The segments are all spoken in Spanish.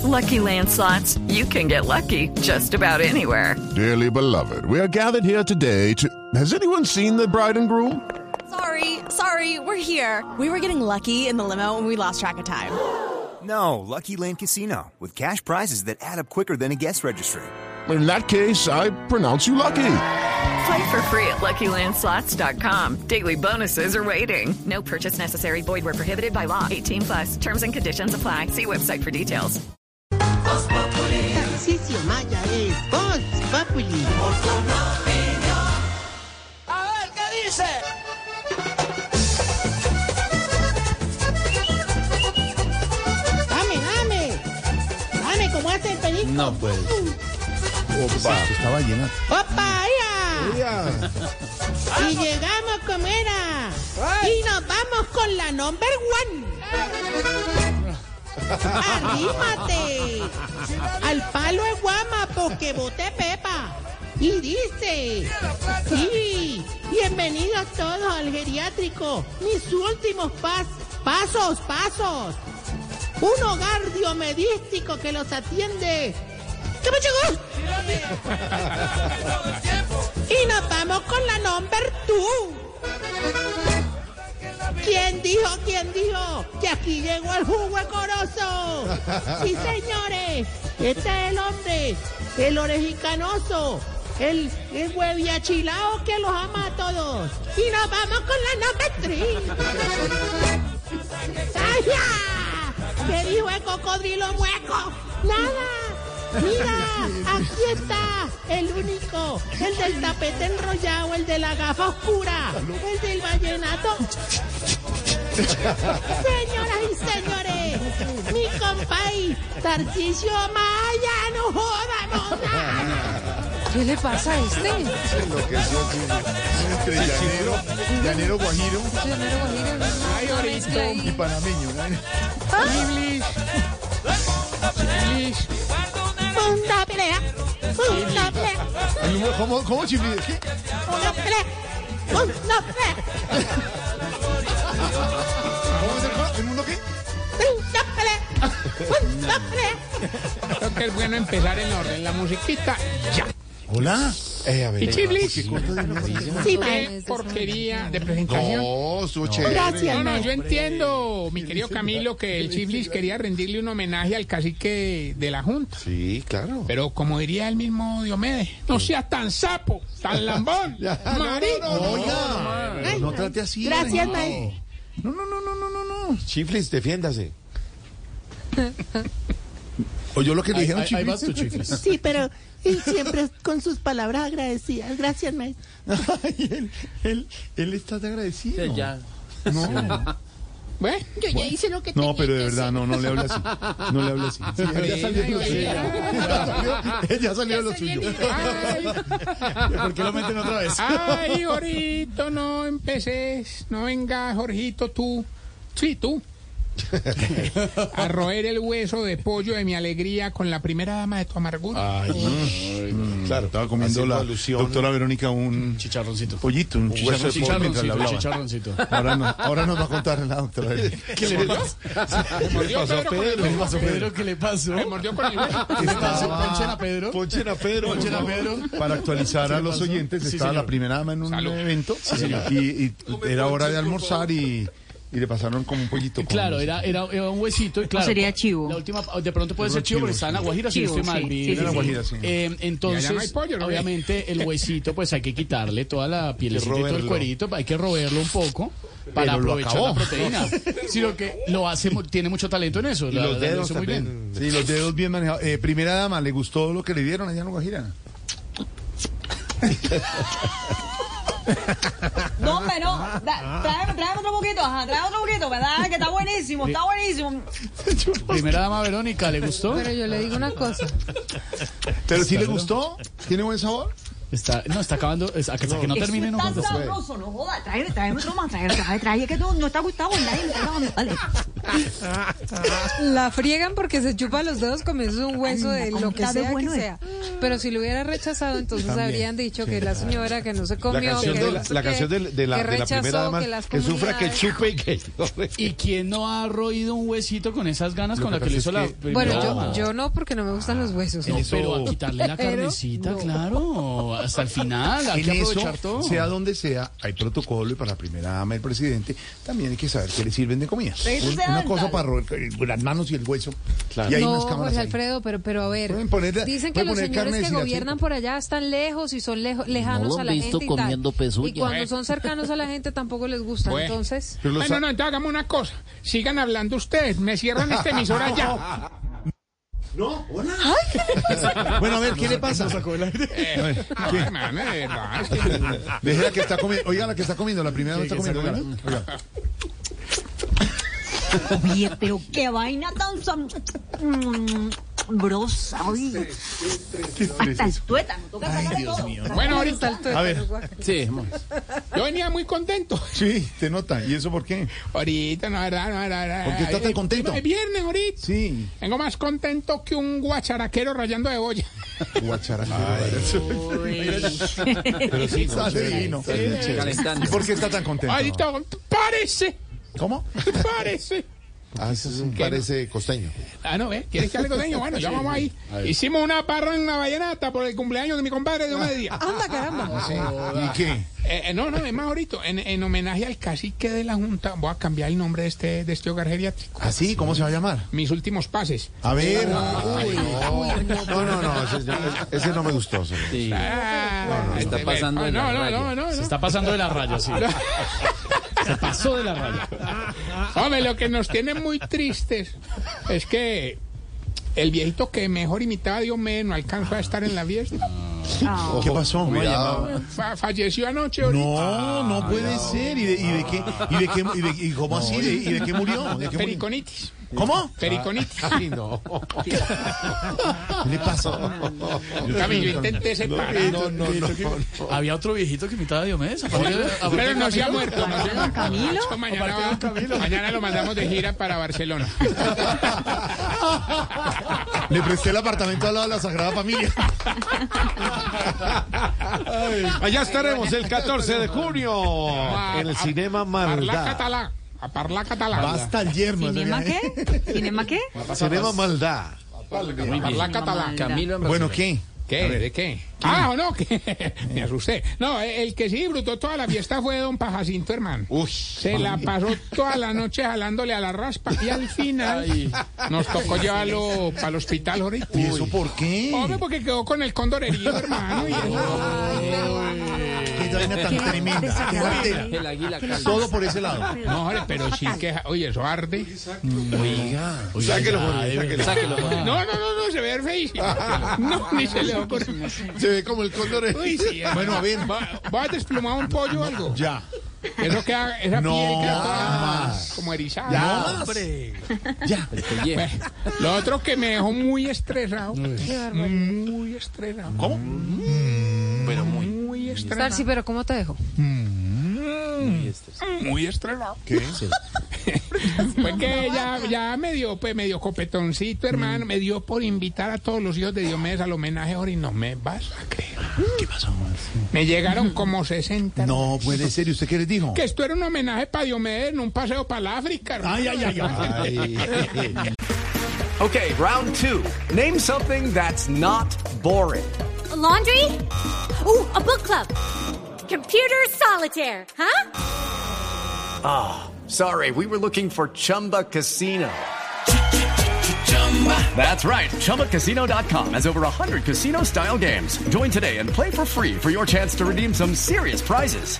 Lucky Land Slots, you can get lucky just about anywhere. Dearly beloved, we are gathered here today to... Has anyone seen the bride and groom? Sorry, we're here. We were getting lucky in the limo and we lost track of time. No, Lucky Land Casino, with cash prizes that add up quicker than a guest registry. In that case, I pronounce you lucky. Play for free at LuckyLandSlots.com. Daily bonuses are waiting. No purchase necessary. Void where prohibited by law. 18+. Terms and conditions apply. See website for details. Tarcisio Maya es Voz Populi. A ver, ¿qué dice? Dame, ¿cómo hace el perico? No, pues. Opa, estaba llena. ¡Opa, ya! Y llegamos como era. Y nos vamos con la number one. ¡Arrímate! Al palo es guama porque boté pepa. Y dice, sí, bienvenidos todos al geriátrico. Mis últimos pasos. Un hogar diomedístico que los atiende. ¡Qué mucho gusto! Y nos vamos con la number two. ¿Quién dijo que aquí llegó el jugo corozo? Sí, señores, este es el hombre, el orejicanoso, el hueviachilao que los ama a todos. Y nos vamos con la number three. ¡Ay, ya! ¿Qué dijo el cocodrilo mueco? ¡Nada! Mira, aquí está el único, el del tapete enrollado, el de la gafa oscura, el del vallenato. Señoras y señores, mi compay Tarcisio Maya, no jodamos nada. ¿Qué le pasa a este? Entre llanero guajiro y panameño. Una pelea. ¿Cómo chiflis? ¿Qué? Una pelea. ¿Cómo es el mundo qué? Una pelea. Creo que es bueno empezar en orden. La musiquita, ya. Hola. A ver, ¿Y chiflis? Sí, ¿Qué maestro. porquería de presentación? No, estuvo chévere. Gracias, No, yo maestro. entiendo, mi querido Camilo, que el Chiflis quería rendirle un homenaje al cacique de la Junta. Sí, claro. Pero como diría el mismo Diomedes, no seas tan sapo, tan lambón, marico. Oiga, no trate así. Gracias, no. maestro. No. Chiflis, defiéndase. ¿Oyó lo que le dijeron, Chiflis? Ahí vas tu Chiflis. Sí, pero y siempre con sus palabras agradecidas. Gracias, maestro. Ay, él está de agradecido. Sí, ya. No. Bueno, Yo ya hice lo que tenía No, pero de que verdad, no le hable así. No le hable así. Sí, ya salió de lo suyo. Ya salió de lo suyo. ¿Por qué lo meten otra vez? ay, Jorito, no empeces, no vengas, Jorgito, tú, sí, tú, a roer el hueso de pollo de mi alegría con la primera dama de tu amargura. Claro, estaba comiendo la doctora Verónica un Chicharroncito. pollito, un hueso de pollo mientras le hablaba. Chicharroncito. Ahora nos va a contar la doctora Verónica. ¿Qué le pasó? Me mordió Pedro con el hueso. Pedro, ¿qué le pasó? Me mordió con el hueso. ¿Qué le pasó? Ponchen a Pedro. Ponchen a Pedro. Ponchen a Pedro. Para actualizar a los oyentes, Sí, estaba señor. la primera dama en un Salud. evento y era hora de almorzar y le pasaron como un pollito. con- Claro, era un huesito y claro. sería chivo. La última, de pronto puede ser chivo porque está en la Guajira, si no Chivo, estoy mal. sí, vi. sí, Era la Guajira, sí. Y allá no hay Entonces, pollo, ¿no? obviamente, el huesito, pues hay que quitarle toda la pielecita y todo el roerlo. cuerito, hay que roerlo un poco para Pero lo aprovechar acabó. la proteína. Sino que lo hace, tiene mucho talento en eso. Y los lo dedos hizo muy también. bien. Sí, los dedos bien manejados. Primera dama, ¿le gustó lo que le dieron allá en la Guajira? No, hombre, no. Tráeme otro poquito, tráeme otro poquito, ¿verdad? Que está buenísimo, está buenísimo. Primera dama Verónica, ¿le gustó? Pero yo le digo una cosa. ¿Pero sí le gustó? ¿Tiene buen sabor? Está acabando. Hasta que no termine, no está sabroso, no joda. Tráeme otro más. Trae que no está gustado con nadie. Vale. La friegan porque se chupa los dedos comiendo un hueso de lo que sea que sea. Pero si lo hubiera rechazado, entonces habrían dicho que la señora que no se comió, la canción de la primera dama que sufra, que chupe y que... ¿Y quién no ha roído un huesito con esas ganas con la que le hizo la... Bueno, yo no, porque no me gustan los huesos. No, pero a quitarle la carnecita, claro, hasta el final, hay que aprovechar todo. Sea donde sea, hay protocolo y para la primera dama del presidente también hay que saber qué le sirven de comida. Una cosa para roer las manos y el hueso. Claro. Y hay unas cámaras Jorge Alfredo, pero a ver, dicen que los señores que gobiernan por allá están lejos y son lejanos a la gente y tal. Y cuando son cercanos a la gente tampoco les gusta, entonces... Bueno, entonces hagamos una cosa. Sigan hablando ustedes, me cierran esta emisora ya. No, hola. Ay, ¿qué le pasa? Bueno, a ver, ¿qué le pasa? Deje la que está comiendo. Oiga, la que está comiendo, la primera vez está comiendo. Oiga. Oye, pero qué vaina tan brosa, oye. Hasta el tuétano, toca sacar de todo. Bueno, ahorita a ver, sí. Yo venía muy contento. Sí, te nota. ¿Y eso por qué? Ahorita, no, verdad. ¿Por qué está tan contento? Es viernes ahorita. Sí. Vengo más contento que un guacharaquero rayando de olla. Guacharaquero. Pero sí, sale divino. ¿Y por qué está tan contento? Ahorita, parece. ¿Cómo? Parece. Eso parece costeño. No, ¿quieres que hable costeño? Bueno, ya vamos ahí. Hicimos una parra en una vallenata por el cumpleaños de mi compadre de Diomedes. Anda, caramba. Sí. ¿Y qué? No, es más ahorita. En homenaje al cacique de la Junta, voy a cambiar el nombre de este hogar geriátrico. ¿Ah, sí? ¿Cómo se va a llamar? Mis últimos pases. A ver. No, ese no me gustó. Sí. Está pasando de la raya. Se está pasando de la raya, sí. Se pasó de la raya. Hombre, lo que nos tiene muy tristes es que el viejito que mejor imitaba a Diomedes no alcanzó a estar en la fiesta. ¿Qué pasó? Falleció anoche ahorita. No puede ser. ¿Y de qué? ¿Y cómo así? ¿Y de qué murió? Periconitis. ¿Cómo? Periconitis. Ay, no. ¿Qué le pasa? Yo intenté separar. No. Había otro viejito que imitaba a Diomedes. Pero no se ha muerto. ¿Camilo? Mañana lo mandamos de gira para Barcelona. Le presté el apartamento al lado de la Sagrada Familia. Allá estaremos el 14 de junio en el Cinema Maldá. A parlar catalán. Basta el yerno. ¿Cinema qué? ¿Cinema qué? Cinema Maldá. Parlar catalán. Camilo. Bueno, ¿qué? ¿Qué? ¿De qué? ¿O no? ¿Qué? Me asusté. No, el que sí disfrutó toda la fiesta fue don Pajacinto, hermano. Se la pasó toda la noche jalándole a la raspa y al final nos tocó llevarlo para el hospital ahorita. ¿Y eso por qué? Hombre, porque quedó con el cóndor herido, hermano. Qué vaina tan tremenda. El águila. Todo por ese lado. No, hombre, pero sí que... Oye, eso arde. Oiga. Sáquelo. No, se ve feísimo. No, ni se le ocurre. Se ve como el cóndor. Uy, sí. Bueno, a ver. ¿Vas a desplumar un pollo o algo? Ya. Eso queda, esa piel queda toda más. como erizada. Ya, no, hombre. Ya. Bueno, lo otro que me dejó muy estresado. Muy estresado. ¿Cómo? Pero muy estresado. Sí, pero ¿cómo te dejo? Muy estresado. ¿Qué? Pues que ya me dio copetoncito, hermano. Me dio por invitar a todos los hijos de Diomedes al homenaje ahora y no me vas a creer. ¿Qué pasó? Me llegaron como 60. No puede ser. ¿Y usted qué les dijo? Que esto era un homenaje para Diomedes, no un paseo para el África. Ay. Okay, round 2. Name something that's not boring. A laundry? Ooh, a book club. Computer solitaire, huh? Sorry, we were looking for Chumba Casino. That's right. ChumbaCasino.com has over 100 casino-style games. Join today and play for free for your chance to redeem some serious prizes.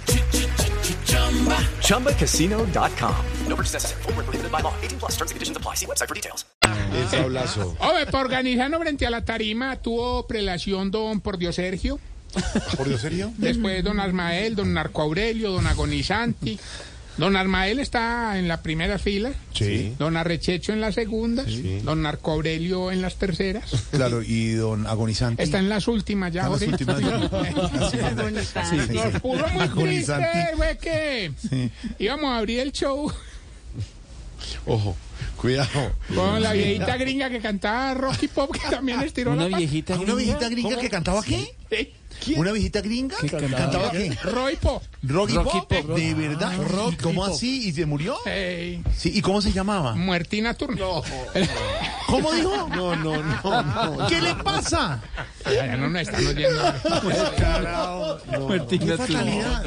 ChumbaCasino.com. No purchase necessary. Void where prohibited by law. 18+ terms and conditions apply. See website for details. Para organizarnos frente a la tarima tuvo prelación don Por Dios Sergio. ¿Por Dios Sergio? Después don Asmael, don Narco Aurelio, don Agonizanti. Don Armael está en la primera fila. Sí. Don Arrechecho en la segunda. Sí. Don Narco Aurelio en las terceras. Claro, y don Agonizante. Está en las últimas ya. Está en las últimas. Nos puso muy triste, güey, que íbamos a abrir el show. Ojo, cuidado. Con la viejita gringa que cantaba Rocky Pop, que también estiró la pata. ¿Una viejita gringa que cantaba qué? Sí. ¿Quién? ¿Una viejita gringa? ¿Cantaba qué? Roy Pop. Rocky Pop. ¿De verdad? ¿Cómo así? ¿Y se murió? Hey. Sí, ¿y cómo se llamaba? Muertina Turno. ¿Cómo dijo? No. ¿Qué le pasa? Ya no están oyendo. Muertina Turno.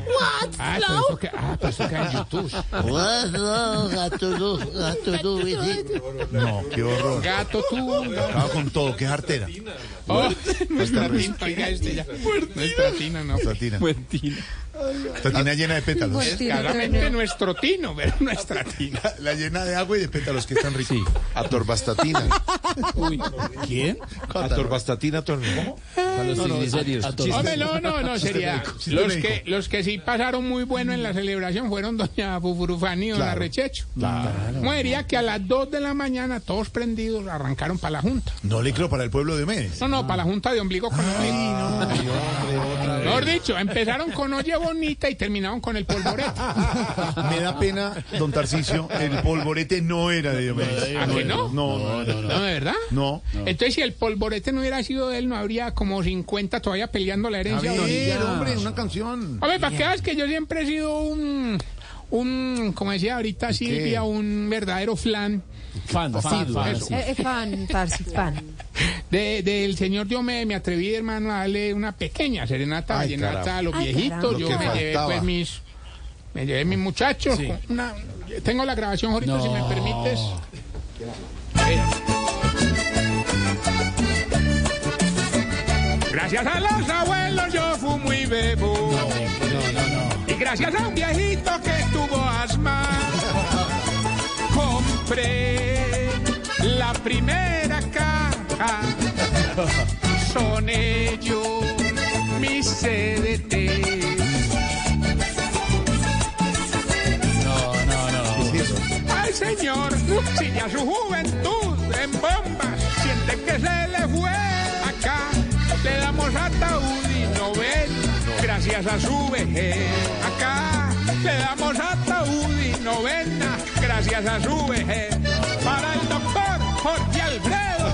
Pero eso queda en YouTube. No, qué horror. Gato tú. Acaba con todo, qué jartera. Nuestra tina, oiga ya. Nuestra tina, no. Nuestra tina. Esta tina llena de pétalos. Claramente nuestro tino, pero nuestra tina. La llena de agua y de pétalos, que están ricos. Atorvastatina. Uy, ¿quién? Atorvastatina, ¿cómo? Para los triglicéridos. Hombre, no, sería. Los que sí pasaron muy bueno en la celebración fueron doña Fufurufani y don Arrechecho. Como diría que a las 2 de la mañana, todos prendidos, arrancaron para la Junta. No le creo, para el pueblo de Omedes. No, para la Junta de Ombligo con Ombligo. Mejor dicho, empezaron con Oye Bonita y terminaron con el polvorete. Me da pena, don Tarcisio, el polvorete no era de Diomedes. ¿Ah, que no? No, ¿de verdad? No. Entonces, si el polvorete no hubiera sido de él, no habría como 50 todavía peleando la herencia. A ver, hombre, una canción. Hombre, ¿para qué vas? Que yo siempre he sido un como decía ahorita Silvia, un verdadero fan. Fan. Del señor Diomedes me atreví, hermano, a darle una pequeña serenata vallenata a los viejitos. Yo me llevé mis muchachos. Sí. Tengo la grabación ahorita, si me permites. Gracias a los abuelos yo fumo y bebo. Y gracias a un viejito que tuvo asma, compré la primera caja. Son ellos mis CDT. No. ¿Qué es eso? Ay, señor, si ya su juventud en bombas siente que se le fue acá, le damos ataúd y novena. Gracias a su vejez, acá le damos ataúd y novena. Gracias a su vejez, para el doctor Jorge Alfredo.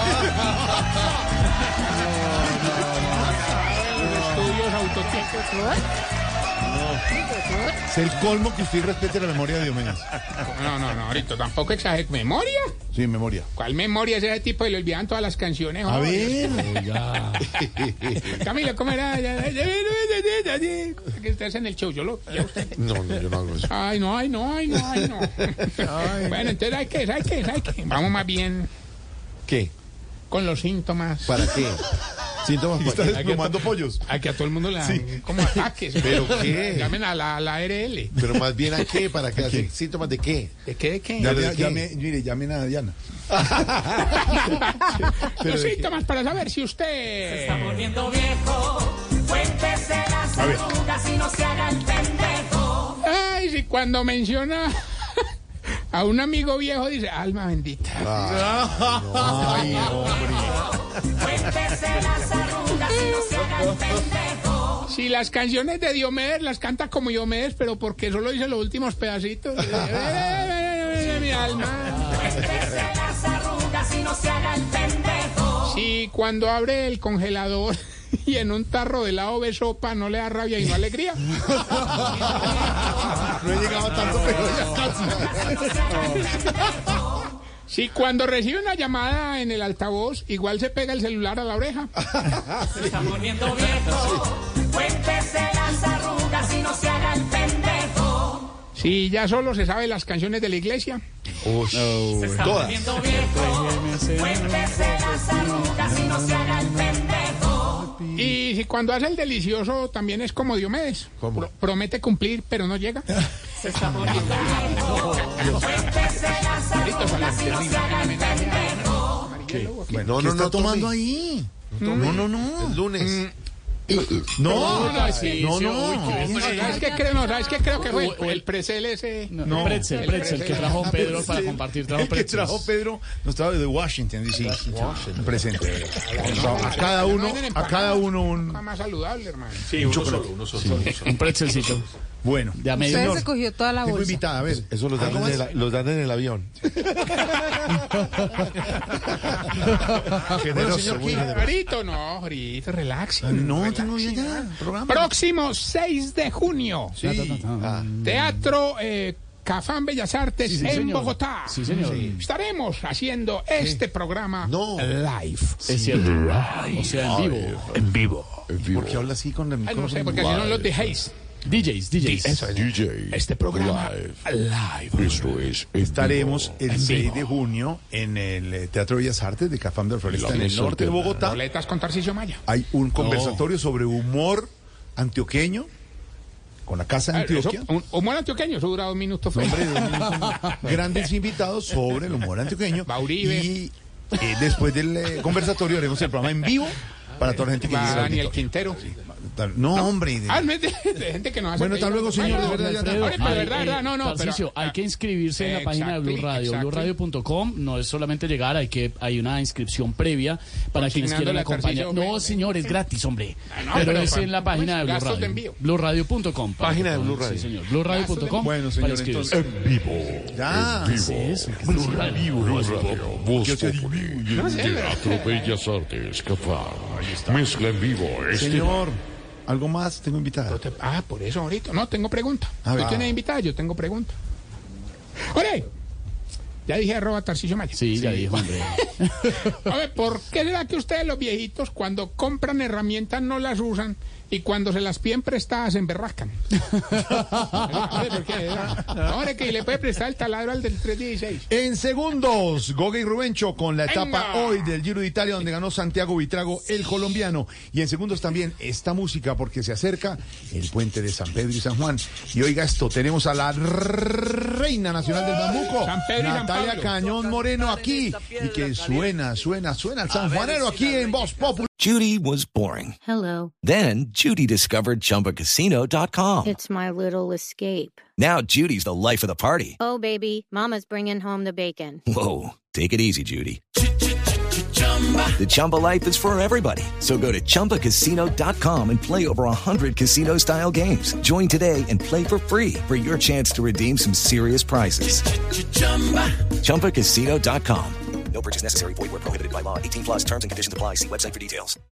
Estudios autotípicos. Es el colmo que usted respete la memoria de Diomedes. No, ahorita tampoco exagere. ¿Memoria? Sí, memoria. ¿Cuál memoria es ese tipo? Y le olvidan todas las canciones. A ver. Camilo, ¿cómo era? Que estés en el show, yo lo... No, yo no hago eso. Ay, no. Bueno, entonces hay que. Vamos más bien. ¿Qué? Con los síntomas. ¿Para qué? Síntomas. ¿Está desplumando pollos? A que a todo el mundo le dan como ataques. ¿Pero qué? Llamen a la ARL. Pero más bien ¿a qué? ¿Para qué? ¿Síntomas de qué? ¿De qué? Llamen a Diana. Los síntomas para saber si usted... Se está volviendo viejo. Cuéntese las arrugas y no se haga el pendejo. Ay, si cuando menciona... A un amigo viejo dice, alma bendita. Ay, hombre. Cuéntese las arrugas y no se haga el pendejo. Si las canciones de Diomedes las canta como Diomedes, pero porque solo dice los últimos pedacitos. Mi alma. Cuéntese las arrugas y no se haga el pendejo. Si cuando abre el congelador y en un tarro de helado ve sopa, no le da rabia y no alegría. No he llegado a tanto, pero ya casi. Si cuando recibe una llamada en el altavoz, igual se pega el celular a la oreja. Se está poniendo viejo. Cuéntese las arrugas y no se haga el pendejo. Si ya solo se sabe las canciones de la iglesia. Se está poniendo viejo. Cuéntese las arrugas y no se haga el pendejo. Y si cuando hace el delicioso también es como Diomedes. Promete cumplir, pero no llega. Se está poniendo viejo. Cuéntese las arrugas y no se haga el pendejo. ¿Qué está tomando ahí? No. El lunes. No. ¿Sabes qué creo que fue? El pretzel ese. No, pretzel que trajo Pedro para compartir. El que trajo Pedro nos trajo de Washington, D.C. Presente. A cada uno un... Más saludable, hermano. Sí, uno solo. Un pretzelcito. Bueno, ya me Usted se cogió toda la bolsa. Tengo invitada, a ver. Eso los dan en el avión. Generoso. Ahorita, relax. No, tengo ya programa. Próximo 6 de junio. Sí. Teatro Cafán Bellas Artes en Bogotá. Sí, señor. Estaremos haciendo este programa live. Es cierto. O sea, En vivo. ¿Por qué habla así con el micrófono? No sé, porque si no los dejéis. DJs. Eso es. Este programa live. Esto es. Estaremos el 6 de junio en el Teatro Bellas Artes de Cafán de la Floresta, en el norte de Bogotá. Boletas con Tarcisio Maya. Hay un conversatorio sobre humor antioqueño con la Casa de Antioquia. Humor antioqueño, eso dura 2 minutos. Grandes invitados sobre el humor antioqueño. Bauribe. Y después del conversatorio haremos el programa en vivo para toda la gente que llegue. Daniel Quintero. No, hombre. De gente que no hace. Bueno, hasta luego, señor. Tarcisio, hay que inscribirse en la página de Blue Radio, blueradio.com. No es solamente llegar, hay una inscripción previa para quienes quieran acompañar. No, señor, es gratis, hombre. Pero es en la página de Blue Radio. Blueradio.com. Página de Blue Radio. Sí, señor. Blueradio.com. Bueno, señor, entonces. En vivo. Ya. Blue Radio. Voz Populi. Teatro Bellas Artes, Cafán. Mezcla en vivo. Señor. ¿Algo más? Tengo invitada. Por eso ahorita. No, tengo pregunta. ¿Tú tienes invitada? Yo tengo pregunta. ¡Ore! Ya dije @Tarcisio Maya. Sí, ya dijo, hombre. A ver, ¿por qué será que ustedes los viejitos cuando compran herramientas no las usan y cuando se las piden prestadas se emberrascan? Ahora que le puede prestar el taladro al del 316. En segundos, Goga y Rubencho con la etapa hoy del Giro de Italia donde ganó Santiago Buitrago, el colombiano. Y en segundos también esta música porque se acerca el puente de San Pedro y San Juan. Y oiga esto, tenemos a la reina nacional del bambuco, Natalia Cañón Moreno aquí. Y que suena el sanjuanero aquí en Voz Populi. Judy was boring. Hello. Then Judy discovered ChumbaCasino.com. It's my little escape. Now Judy's the life of the party. Oh, baby, mama's bringing home the bacon. Whoa, take it easy, Judy. The Chumba life is for everybody. So go to ChumbaCasino.com and play over 100 casino-style games. Join today and play for free for your chance to redeem some serious prizes. ChumbaCasino.com. No purchase necessary. Void where prohibited by law. 18+ terms and conditions apply. See website for details.